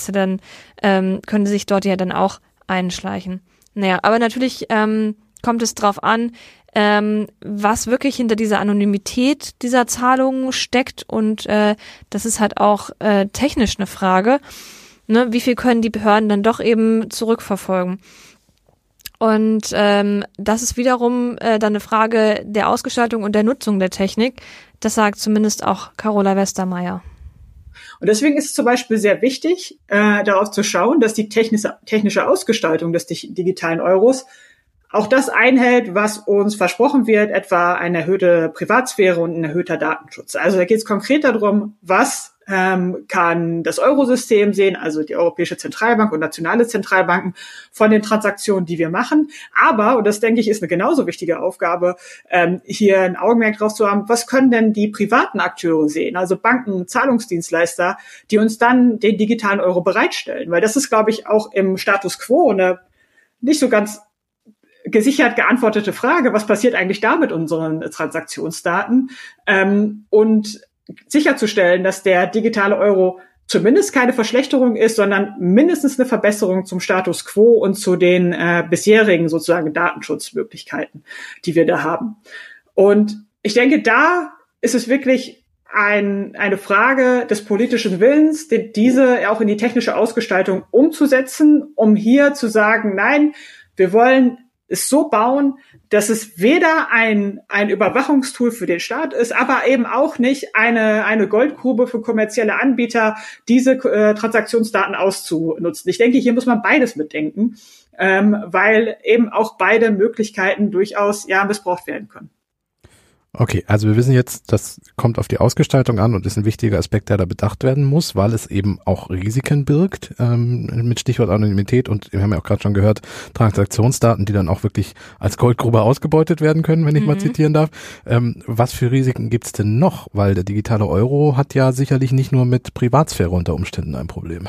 sich dort ja dann auch einschleichen. Naja, aber natürlich kommt es drauf an, was wirklich hinter dieser Anonymität dieser Zahlungen steckt und das ist halt auch technisch eine Frage, ne? Wie viel können die Behörden dann doch eben zurückverfolgen? Und das ist wiederum dann eine Frage der Ausgestaltung und der Nutzung der Technik. Das sagt zumindest auch Carola Westermeier. Und deswegen ist es zum Beispiel sehr wichtig, darauf zu schauen, dass die technische Ausgestaltung des digitalen Euros auch das einhält, was uns versprochen wird, etwa eine erhöhte Privatsphäre und ein erhöhter Datenschutz. Also da geht es konkret darum, was kann das Eurosystem sehen, also die Europäische Zentralbank und nationale Zentralbanken von den Transaktionen, die wir machen. Aber, und das denke ich, ist eine genauso wichtige Aufgabe, hier ein Augenmerk drauf zu haben, was können denn die privaten Akteure sehen, also Banken, Zahlungsdienstleister, die uns dann den digitalen Euro bereitstellen. Weil das ist, glaube ich, auch im Status quo eine nicht so ganz gesichert geantwortete Frage, was passiert eigentlich da mit unseren Transaktionsdaten? Und sicherzustellen, dass der digitale Euro zumindest keine Verschlechterung ist, sondern mindestens eine Verbesserung zum Status quo und zu den bisherigen sozusagen Datenschutzmöglichkeiten, die wir da haben. Und ich denke, da ist es wirklich eine Frage des politischen Willens, diese auch in die technische Ausgestaltung umzusetzen, um hier zu sagen, nein, wir wollen es so bauen, dass es weder ein Überwachungstool für den Staat ist, aber eben auch nicht eine Goldgrube für kommerzielle Anbieter, diese Transaktionsdaten auszunutzen. Ich denke, hier muss man beides mitdenken, weil eben auch beide Möglichkeiten durchaus missbraucht werden können. Okay, also wir wissen jetzt, das kommt auf die Ausgestaltung an und ist ein wichtiger Aspekt, der da bedacht werden muss, weil es eben auch Risiken birgt, mit Stichwort Anonymität und wir haben ja auch gerade schon gehört, Transaktionsdaten, die dann auch wirklich als Goldgrube ausgebeutet werden können, wenn ich mal zitieren darf. Was für Risiken gibt's denn noch? Weil der digitale Euro hat ja sicherlich nicht nur mit Privatsphäre unter Umständen ein Problem.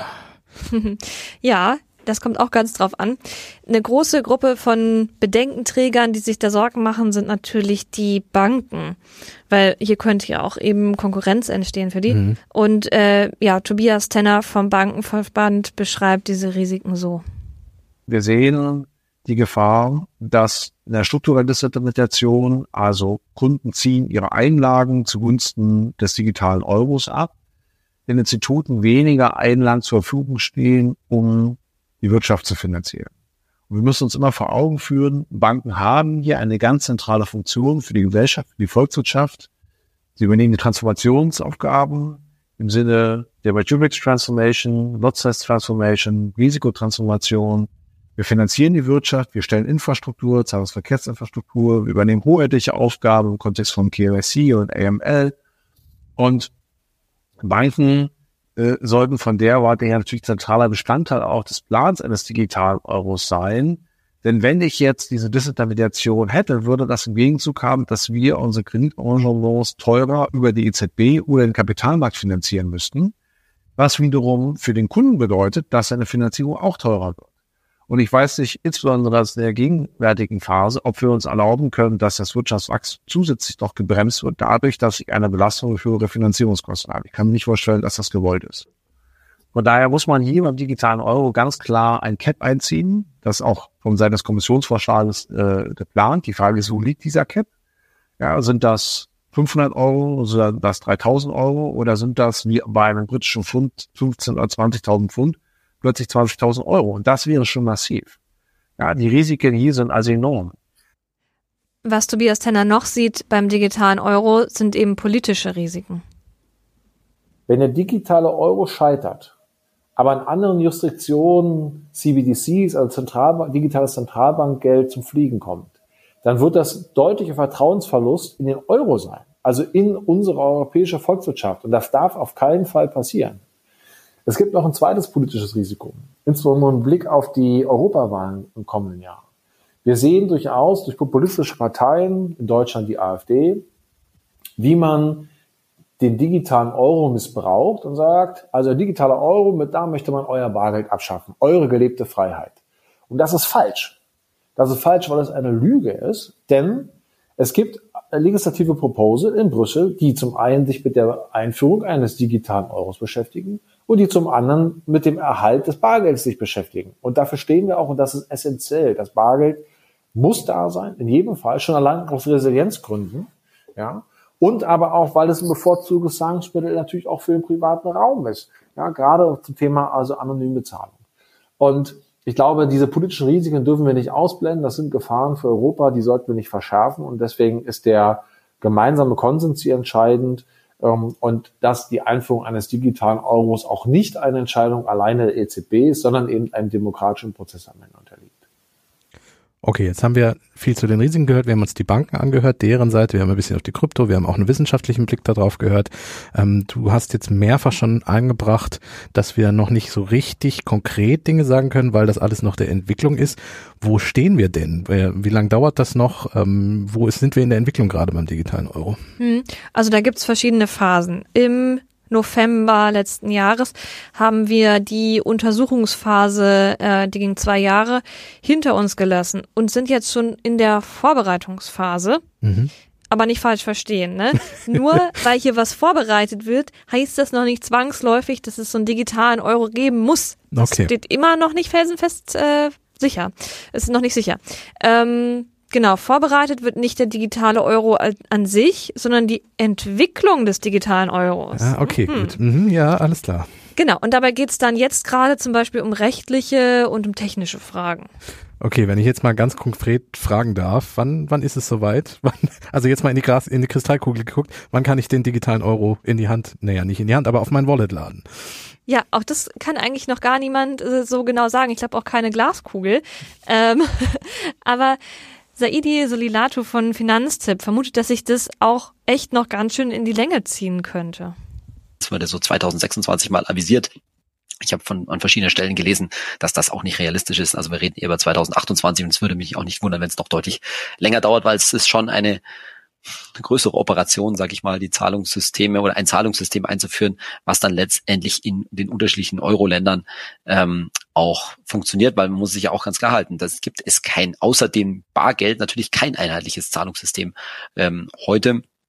Ja, das kommt auch ganz drauf an. Eine große Gruppe von Bedenkenträgern, die sich da Sorgen machen, sind natürlich die Banken. Weil hier könnte ja auch eben Konkurrenz entstehen für die. Mhm. Und Tobias Tenner vom Bankenverband beschreibt diese Risiken so. Wir sehen die Gefahr, dass in der strukturellen Disintermediation, also Kunden ziehen ihre Einlagen zugunsten des digitalen Euros ab, den Instituten weniger Einlagen zur Verfügung stehen, um die Wirtschaft zu finanzieren. Und wir müssen uns immer vor Augen führen, Banken haben hier eine ganz zentrale Funktion für die Gesellschaft, für die Volkswirtschaft. Sie übernehmen die Transformationsaufgaben im Sinne der Maturity Transformation, Lot Size Transformation, Risikotransformation. Wir finanzieren die Wirtschaft, wir stellen Infrastruktur, Zahlungsverkehrsinfrastruktur, wir übernehmen hoheitliche Aufgaben im Kontext von KYC und AML. Und Banken sollten von der Warte her natürlich zentraler Bestandteil auch des Plans eines digitalen Euros sein. Denn wenn ich jetzt diese Disintermediation hätte, würde das im Gegenzug haben, dass wir unsere Kreditengagements teurer über die EZB oder den Kapitalmarkt finanzieren müssten, was wiederum für den Kunden bedeutet, dass seine Finanzierung auch teurer wird. Und ich weiß nicht, insbesondere aus der gegenwärtigen Phase, ob wir uns erlauben können, dass das Wirtschaftswachstum zusätzlich noch gebremst wird, dadurch, dass ich eine Belastung durch höhere Finanzierungskosten habe. Ich kann mir nicht vorstellen, dass das gewollt ist. Von daher muss man hier beim digitalen Euro ganz klar ein Cap einziehen, das auch von Seiten des Kommissionsvorschlags geplant. Die Frage ist, wo liegt dieser Cap? Ja, sind das 500 Euro, sind das 3.000 Euro oder sind das wie bei einem britischen Pfund 15.000 oder 20.000 Pfund? Plötzlich 20.000 Euro. Und das wäre schon massiv. Ja, die Risiken hier sind also enorm. Was Tobias Tenner noch sieht beim digitalen Euro, sind eben politische Risiken. Wenn der digitale Euro scheitert, aber in anderen Jurisdiktionen CBDCs, also digitales Zentralbankgeld zum Fliegen kommt, dann wird das deutlicher Vertrauensverlust in den Euro sein. Also in unsere europäische Volkswirtschaft. Und das darf auf keinen Fall passieren. Es gibt noch ein zweites politisches Risiko, insbesondere im Blick auf die Europawahlen im kommenden Jahr. Wir sehen durchaus durch populistische Parteien, in Deutschland die AfD, wie man den digitalen Euro missbraucht und sagt, also der digitale Euro, da möchte man euer Bargeld abschaffen, eure gelebte Freiheit. Und das ist falsch. Das ist falsch, weil es eine Lüge ist, denn es gibt legislative Proposal in Brüssel, die zum einen sich mit der Einführung eines digitalen Euros beschäftigen und die zum anderen mit dem Erhalt des Bargelds sich beschäftigen. Und dafür stehen wir auch, und das ist essentiell. Das Bargeld muss da sein, in jedem Fall, schon allein aus Resilienzgründen, ja. Und aber auch, weil es ein bevorzugtes Zahlungsmittel natürlich auch für den privaten Raum ist. Ja, gerade zum Thema also anonyme Zahlung. Und ich glaube, diese politischen Risiken dürfen wir nicht ausblenden. Das sind Gefahren für Europa, die sollten wir nicht verschärfen. Und deswegen ist der gemeinsame Konsens hier entscheidend. Und dass die Einführung eines digitalen Euros auch nicht eine Entscheidung alleine der EZB ist, sondern eben einem demokratischen Prozess am Ende unterliegt. Okay, jetzt haben wir viel zu den Risiken gehört, wir haben uns die Banken angehört, deren Seite, wir haben ein bisschen auf die Krypto, wir haben auch einen wissenschaftlichen Blick darauf gehört. Du hast jetzt mehrfach schon eingebracht, dass wir noch nicht so richtig konkret Dinge sagen können, weil das alles noch der Entwicklung ist. Wo stehen wir denn? Wie lange dauert das noch? Sind wir in der Entwicklung gerade beim digitalen Euro? Also da gibt's verschiedene Phasen. Im November letzten Jahres haben wir die Untersuchungsphase, die ging 2 Jahre, hinter uns gelassen und sind jetzt schon in der Vorbereitungsphase. Aber nicht falsch verstehen, ne? Nur weil hier was vorbereitet wird, heißt das noch nicht zwangsläufig, dass es so einen digitalen Euro geben muss. Das steht immer noch nicht felsenfest sicher. Es ist noch nicht sicher. Genau, vorbereitet wird nicht der digitale Euro an sich, sondern die Entwicklung des digitalen Euros. Ah, okay, gut. Ja, alles klar. Genau, und dabei geht's dann jetzt gerade zum Beispiel um rechtliche und um technische Fragen. Okay, wenn ich jetzt mal ganz konkret fragen darf, wann ist es soweit? Also jetzt mal in die Kristallkugel geguckt, wann kann ich den digitalen Euro in die Hand, nicht in die Hand, aber auf mein Wallet laden? Ja, auch das kann eigentlich noch gar niemand so genau sagen. Ich glaube auch keine Glaskugel. Aber Saidi Solilatu von Finanztipp vermutet, dass sich das auch echt noch ganz schön in die Länge ziehen könnte. Das wurde so 2026 mal avisiert. Ich habe an verschiedenen Stellen gelesen, dass das auch nicht realistisch ist. Also wir reden eher über 2028 und es würde mich auch nicht wundern, wenn es noch deutlich länger dauert, weil es ist schon eine größere Operation, sage ich mal, die Zahlungssysteme oder ein Zahlungssystem einzuführen, was dann letztendlich in den unterschiedlichen Euro-Ländern auch funktioniert, weil man muss sich ja auch ganz klar halten, das gibt es außer dem Bargeld natürlich kein einheitliches Zahlungssystem heute.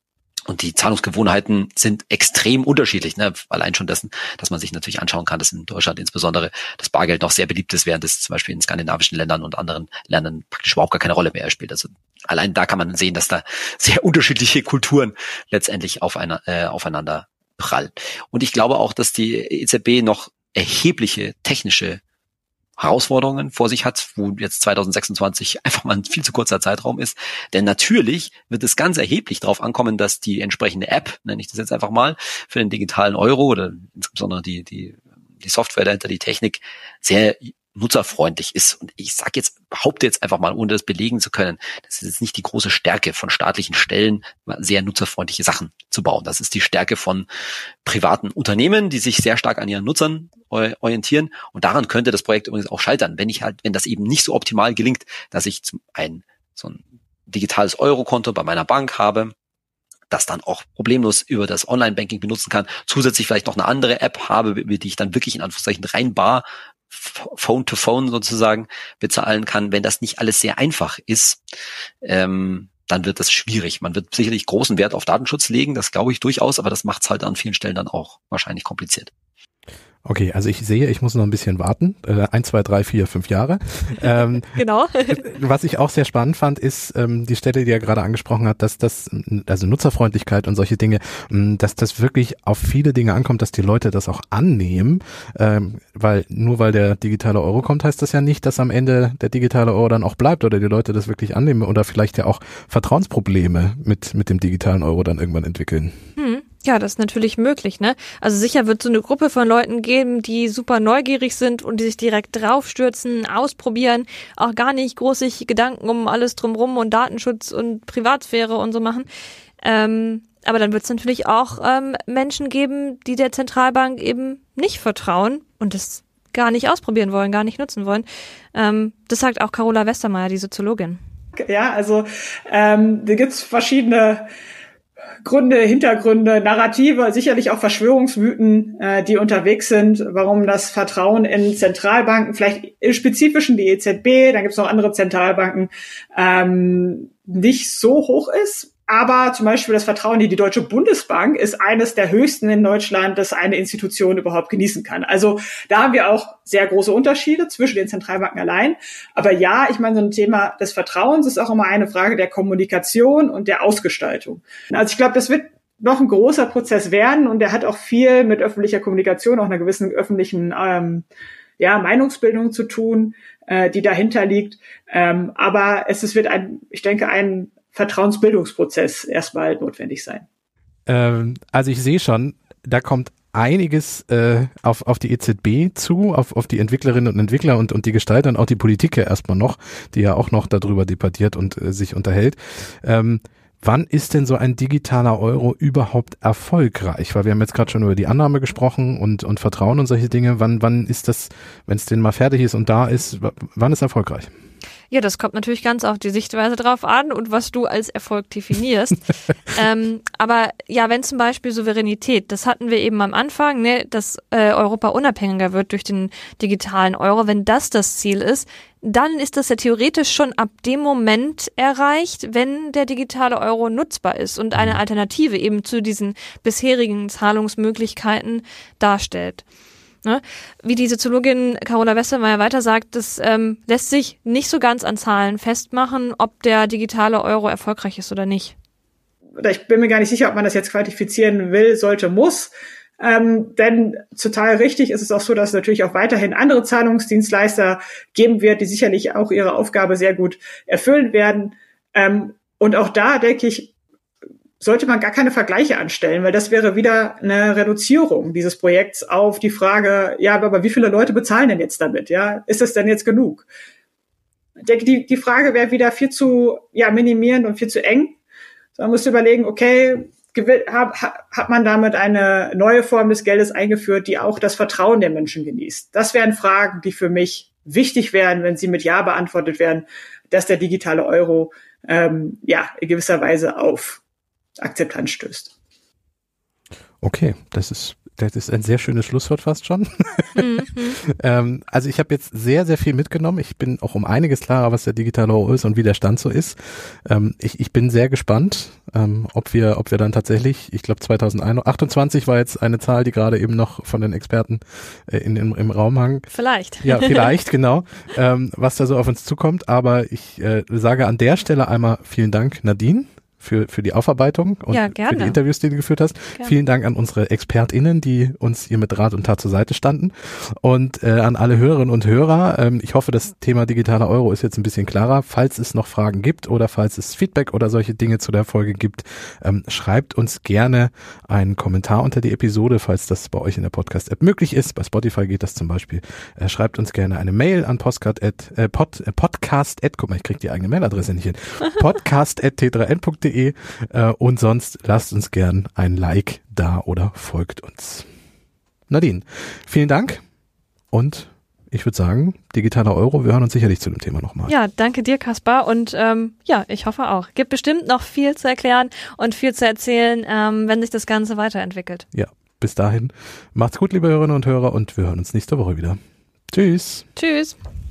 Und die Zahlungsgewohnheiten sind extrem unterschiedlich, ne? Allein schon dessen, dass man sich natürlich anschauen kann, dass in Deutschland insbesondere das Bargeld noch sehr beliebt ist, während es zum Beispiel in skandinavischen Ländern und anderen Ländern praktisch überhaupt gar keine Rolle mehr spielt. Also allein da kann man sehen, dass da sehr unterschiedliche Kulturen letztendlich aufeinander prallen. Und ich glaube auch, dass die EZB noch erhebliche technische Herausforderungen vor sich hat, wo jetzt 2026 einfach mal ein viel zu kurzer Zeitraum ist. Denn natürlich wird es ganz erheblich darauf ankommen, dass die entsprechende App, nenne ich das jetzt einfach mal, für den digitalen Euro oder insbesondere die Software dahinter, die Technik, sehr nutzerfreundlich ist. Und ich behaupte jetzt einfach mal, ohne das belegen zu können, das ist jetzt nicht die große Stärke von staatlichen Stellen, sehr nutzerfreundliche Sachen zu bauen. Das ist die Stärke von privaten Unternehmen, die sich sehr stark an ihren Nutzern orientieren. Und daran könnte das Projekt übrigens auch scheitern, wenn das eben nicht so optimal gelingt, dass ich so ein digitales Eurokonto bei meiner Bank habe, das dann auch problemlos über das Online-Banking benutzen kann, zusätzlich vielleicht noch eine andere App habe, über die ich dann wirklich in Anführungszeichen rein bar Phone-to-Phone sozusagen bezahlen kann. Wenn das nicht alles sehr einfach ist, dann wird das schwierig. Man wird sicherlich großen Wert auf Datenschutz legen, das glaube ich durchaus, aber das macht es halt an vielen Stellen dann auch wahrscheinlich kompliziert. Okay, also ich sehe, ich muss noch ein bisschen warten. 1, 2, 3, 4, 5 Jahre. Genau. Was ich auch sehr spannend fand, ist die Stelle, die er gerade angesprochen hat, dass das, also Nutzerfreundlichkeit und solche Dinge, dass das wirklich auf viele Dinge ankommt, dass die Leute das auch annehmen, weil der digitale Euro kommt, heißt das ja nicht, dass am Ende der digitale Euro dann auch bleibt oder die Leute das wirklich annehmen oder vielleicht ja auch Vertrauensprobleme mit dem digitalen Euro dann irgendwann entwickeln. Ja, das ist natürlich möglich, ne? Also sicher wird so eine Gruppe von Leuten geben, die super neugierig sind und die sich direkt draufstürzen, ausprobieren, auch gar nicht groß sich Gedanken um alles drumrum und Datenschutz und Privatsphäre und so machen. Aber dann wird es natürlich auch Menschen geben, die der Zentralbank eben nicht vertrauen und das gar nicht ausprobieren wollen, gar nicht nutzen wollen. Das sagt auch Carola Westermeier, die Soziologin. Ja, also da gibt's verschiedene Gründe, Hintergründe, Narrative, sicherlich auch Verschwörungsmythen, die unterwegs sind, warum das Vertrauen in Zentralbanken, vielleicht im Spezifischen die EZB, dann gibt es noch andere Zentralbanken, nicht so hoch ist. Aber zum Beispiel das Vertrauen in die Deutsche Bundesbank ist eines der höchsten in Deutschland, das eine Institution überhaupt genießen kann. Also da haben wir auch sehr große Unterschiede zwischen den Zentralbanken allein. Aber ja, ich meine, so ein Thema des Vertrauens ist auch immer eine Frage der Kommunikation und der Ausgestaltung. Also ich glaube, das wird noch ein großer Prozess werden und der hat auch viel mit öffentlicher Kommunikation, auch einer gewissen öffentlichen Meinungsbildung zu tun, die dahinter liegt. Aber es wird ein Vertrauensbildungsprozess erstmal notwendig sein. Also ich sehe schon, da kommt einiges auf die EZB zu, auf die Entwicklerinnen und Entwickler und die Gestalter und auch die Politik ja erstmal noch, die ja auch noch darüber debattiert und sich unterhält. Wann ist denn so ein digitaler Euro überhaupt erfolgreich? Weil wir haben jetzt gerade schon über die Annahme gesprochen und Vertrauen und solche Dinge. Wann ist das, wenn es denn mal fertig ist und da ist, wann ist erfolgreich? Ja, das kommt natürlich ganz auf die Sichtweise drauf an und was du als Erfolg definierst. Aber ja, wenn zum Beispiel Souveränität, das hatten wir eben am Anfang, ne, dass Europa unabhängiger wird durch den digitalen Euro, wenn das Ziel ist, dann ist das ja theoretisch schon ab dem Moment erreicht, wenn der digitale Euro nutzbar ist und eine Alternative eben zu diesen bisherigen Zahlungsmöglichkeiten darstellt. Ne? Wie die Soziologin Carola Westermeier weiter sagt, das lässt sich nicht so ganz an Zahlen festmachen, ob der digitale Euro erfolgreich ist oder nicht. Ich bin mir gar nicht sicher, ob man das jetzt quantifizieren will, sollte, muss. Denn total richtig ist es auch so, dass es natürlich auch weiterhin andere Zahlungsdienstleister geben wird, die sicherlich auch ihre Aufgabe sehr gut erfüllen werden. Und auch da, denke ich, sollte man gar keine Vergleiche anstellen, weil das wäre wieder eine Reduzierung dieses Projekts auf die Frage, ja, aber wie viele Leute bezahlen denn jetzt damit? Ja, ist das denn jetzt genug? Ich denke, die Frage wäre wieder viel zu minimierend und viel zu eng. Man muss überlegen, okay, hat man damit eine neue Form des Geldes eingeführt, die auch das Vertrauen der Menschen genießt? Das wären Fragen, die für mich wichtig wären, wenn sie mit Ja beantwortet werden, dass der digitale Euro in gewisser Weise auf Akzeptanz stößt. Okay, das ist Das ist ein sehr schönes Schlusswort fast schon. Also ich habe jetzt sehr, sehr viel mitgenommen. Ich bin auch um einiges klarer, was der digitale Euro ist und wie der Stand so ist. Ich bin sehr gespannt, ob wir dann tatsächlich, ich glaube 2028 war jetzt eine Zahl, die gerade eben noch von den Experten im Raum hang. Vielleicht. Ja, vielleicht, genau, was da so auf uns zukommt. Aber ich sage an der Stelle einmal vielen Dank, Nadine, für die Aufarbeitung und für die Interviews, die du geführt hast. Gerne. Vielen Dank an unsere ExpertInnen, die uns hier mit Rat und Tat zur Seite standen. Und an alle Hörerinnen und Hörer. Ich hoffe, das Thema digitaler Euro ist jetzt ein bisschen klarer. Falls es noch Fragen gibt oder falls es Feedback oder solche Dinge zu der Folge gibt, schreibt uns gerne einen Kommentar unter die Episode, falls das bei euch in der Podcast-App möglich ist. Bei Spotify geht das zum Beispiel. Schreibt uns gerne eine Mail an podcast@, guck mal, ich krieg die eigene Mailadresse nicht hin. podcast@t3n.de. Und sonst lasst uns gern ein Like da oder folgt uns. Nadine, vielen Dank und ich würde sagen, digitaler Euro, wir hören uns sicherlich zu dem Thema nochmal. Ja, danke dir, Kaspar, und ich hoffe auch. Gibt bestimmt noch viel zu erklären und viel zu erzählen, wenn sich das Ganze weiterentwickelt. Ja, bis dahin. Macht's gut, liebe Hörerinnen und Hörer, und wir hören uns nächste Woche wieder. Tschüss. Tschüss.